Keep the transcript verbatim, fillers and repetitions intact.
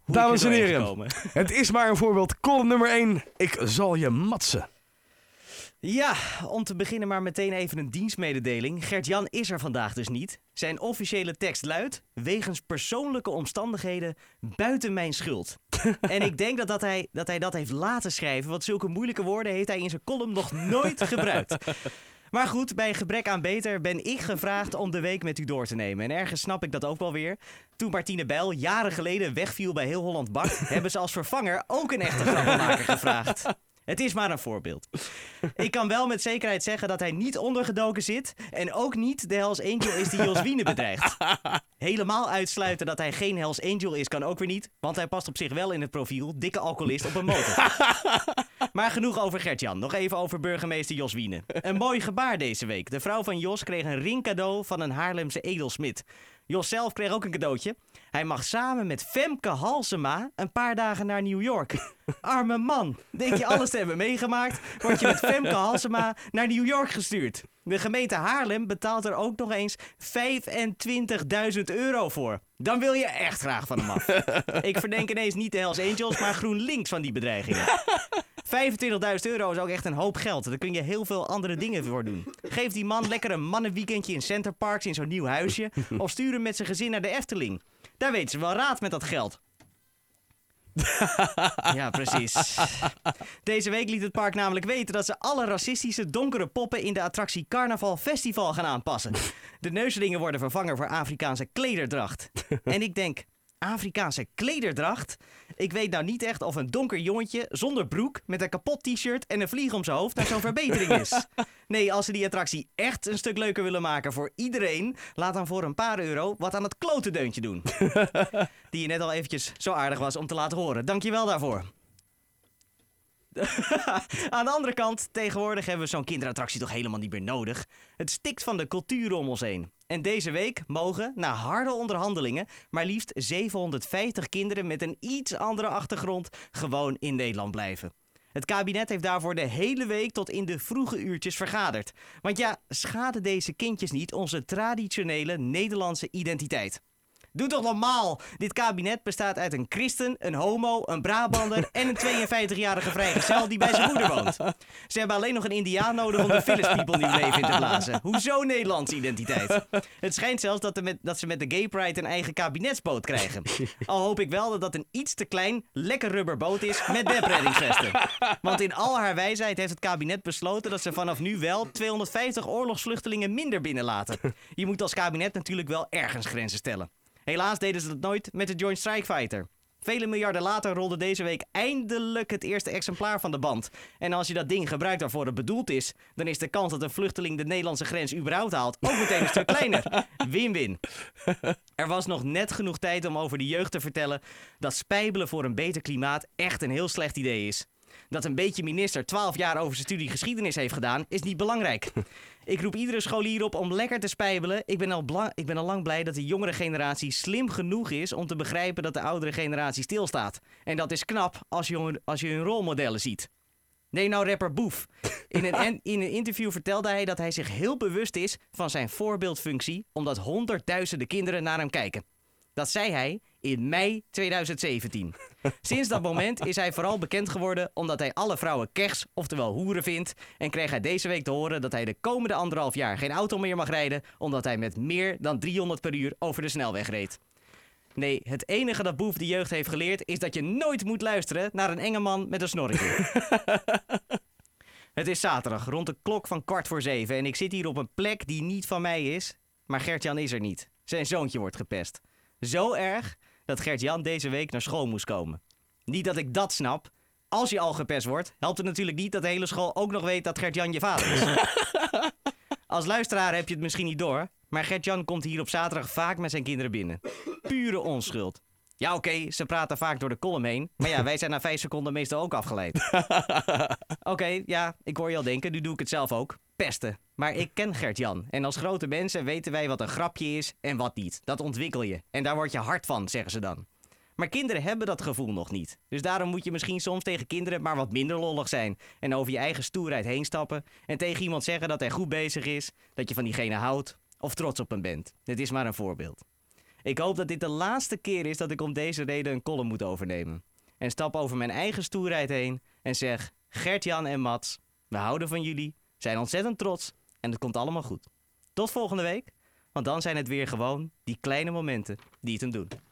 hoe Dames ik en er heren, gekomen. Het is maar een voorbeeld. Column nummer één. Ik zal je matsen. Ja, om te beginnen maar meteen even een dienstmededeling. Gert-Jan is er vandaag dus niet. Zijn officiële tekst luidt: wegens persoonlijke omstandigheden buiten mijn schuld. En ik denk dat, dat, hij, dat hij dat heeft laten schrijven, want zulke moeilijke woorden heeft hij in zijn column nog nooit gebruikt. Maar goed, bij gebrek aan beter ben ik gevraagd om de week met u door te nemen. En ergens snap ik dat ook wel weer. Toen Martine Bijl jaren geleden wegviel bij Heel Holland Bakt, hebben ze als vervanger ook een echte grappenmaker gevraagd. Het is maar een voorbeeld. Ik kan wel met zekerheid zeggen dat hij niet ondergedoken zit en ook niet de Hells Angel is die Jos Wiene bedreigt. Helemaal uitsluiten dat hij geen Hells Angel is kan ook weer niet, want hij past op zich wel in het profiel dikke alcoholist op een motor. Maar genoeg over Gert-Jan. Nog even over burgemeester Jos Wiene. Een mooi gebaar deze week. De vrouw van Jos kreeg een ring cadeau van een Haarlemse edelsmid. Jos zelf kreeg ook een cadeautje. Hij mag samen met Femke Halsema een paar dagen naar New York. Arme man. Denk je alles te hebben meegemaakt, word je met Femke Halsema naar New York gestuurd. De gemeente Haarlem betaalt er ook nog eens vijfentwintigduizend euro voor. Dan wil je echt graag van hem af. Ik verdenk ineens niet de Hells Angels, maar GroenLinks van die bedreigingen. vijfentwintigduizend euro is ook echt een hoop geld. Daar kun je heel veel andere dingen voor doen. Geef die man lekker een mannenweekendje in Center Parks in zo'n nieuw huisje. Of stuur hem met zijn gezin naar de Efteling. Daar weten ze wel raad met dat geld. Ja, precies. Deze week liet het park namelijk weten dat ze alle racistische donkere poppen in de attractie Carnaval Festival gaan aanpassen. De neusringen worden vervangen voor Afrikaanse klederdracht. En ik denk, Afrikaanse klederdracht? Ik weet nou niet echt of een donker jongetje zonder broek met een kapot t-shirt en een vlieg om zijn hoofd naar zo'n verbetering is. Nee, als ze die attractie echt een stuk leuker willen maken voor iedereen, laat dan voor een paar euro wat aan het klotendeuntje doen. Die je net al eventjes zo aardig was om te laten horen. Dankjewel daarvoor. Aan de andere kant, tegenwoordig hebben we zo'n kinderattractie toch helemaal niet meer nodig. Het stikt van de cultuur om ons heen. En deze week mogen, na harde onderhandelingen, maar liefst zevenhonderdvijftig kinderen met een iets andere achtergrond gewoon in Nederland blijven. Het kabinet heeft daarvoor de hele week tot in de vroege uurtjes vergaderd. Want ja, schaden deze kindjes niet onze traditionele Nederlandse identiteit? Doe toch normaal! Dit kabinet bestaat uit een christen, een homo, een Brabander en een tweeënvijftigjarige vrijgezel die bij zijn moeder woont. Ze hebben alleen nog een indiaan nodig om de Village People nieuw leven in te blazen. Hoezo Nederlandse identiteit? Het schijnt zelfs dat, de met, dat ze met de Gay Pride een eigen kabinetsboot krijgen. Al hoop ik wel dat dat een iets te klein, lekker rubberboot is met depreddingsvesten. Want in al haar wijsheid heeft het kabinet besloten dat ze vanaf nu wel tweehonderdvijftig oorlogsvluchtelingen minder binnenlaten. Je moet als kabinet natuurlijk wel ergens grenzen stellen. Helaas deden ze dat nooit met de Joint Strike Fighter. Vele miljarden later rolde deze week eindelijk het eerste exemplaar van de band. En als je dat ding gebruikt waarvoor het bedoeld is, dan is de kans dat een vluchteling de Nederlandse grens überhaupt haalt ook meteen een stuk kleiner. Win-win. Er was nog net genoeg tijd om over de jeugd te vertellen dat spijbelen voor een beter klimaat echt een heel slecht idee is. Dat een beetje minister twaalf jaar over zijn studie geschiedenis heeft gedaan, is niet belangrijk. Ik roep iedere scholier op om lekker te spijbelen. Ik ben, al bla- ik ben al lang blij dat de jongere generatie slim genoeg is om te begrijpen dat de oudere generatie stilstaat. En dat is knap als je, als je hun rolmodellen ziet. Nee, nou rapper Boef. In een, en, in een interview vertelde hij dat hij zich heel bewust is van zijn voorbeeldfunctie, omdat honderdduizenden kinderen naar hem kijken. Dat zei hij in mei tweeduizend zeventien. Sinds dat moment is hij vooral bekend geworden omdat hij alle vrouwen keks, oftewel hoeren vindt. En kreeg hij deze week te horen dat hij de komende anderhalf jaar geen auto meer mag rijden, omdat hij met meer dan driehonderd per uur over de snelweg reed. Nee, het enige dat Boef de jeugd heeft geleerd is dat je nooit moet luisteren naar een enge man met een snorretje. Het is zaterdag, rond de klok van kwart voor zeven en ik zit hier op een plek die niet van mij is, maar Gert-Jan is er niet. Zijn zoontje wordt gepest. Zo erg dat Gert-Jan deze week naar school moest komen. Niet dat ik dat snap. Als je al gepest wordt, helpt het natuurlijk niet dat de hele school ook nog weet dat Gert-Jan je vader is. Als luisteraar heb je het misschien niet door, maar Gert-Jan komt hier op zaterdag vaak met zijn kinderen binnen. Pure onschuld. Ja, oké, okay, ze praten vaak door de column heen, maar ja, wij zijn na vijf seconden meestal ook afgeleid. Oké, okay, ja, ik hoor je al denken, nu doe ik het zelf ook. Pesten. Maar ik ken Gert-Jan. En als grote mensen weten wij wat een grapje is en wat niet. Dat ontwikkel je. En daar word je hard van, zeggen ze dan. Maar kinderen hebben dat gevoel nog niet. Dus daarom moet je misschien soms tegen kinderen maar wat minder lollig zijn. En over je eigen stoerheid heen stappen. En tegen iemand zeggen dat hij goed bezig is. Dat je van diegene houdt. Of trots op hem bent. Dit is maar een voorbeeld. Ik hoop dat dit de laatste keer is dat ik om deze reden een column moet overnemen. En stap over mijn eigen stoerheid heen en zeg... Gert-Jan en Mats, we houden van jullie, zijn ontzettend trots en het komt allemaal goed. Tot volgende week, want dan zijn het weer gewoon die kleine momenten die het hem doen.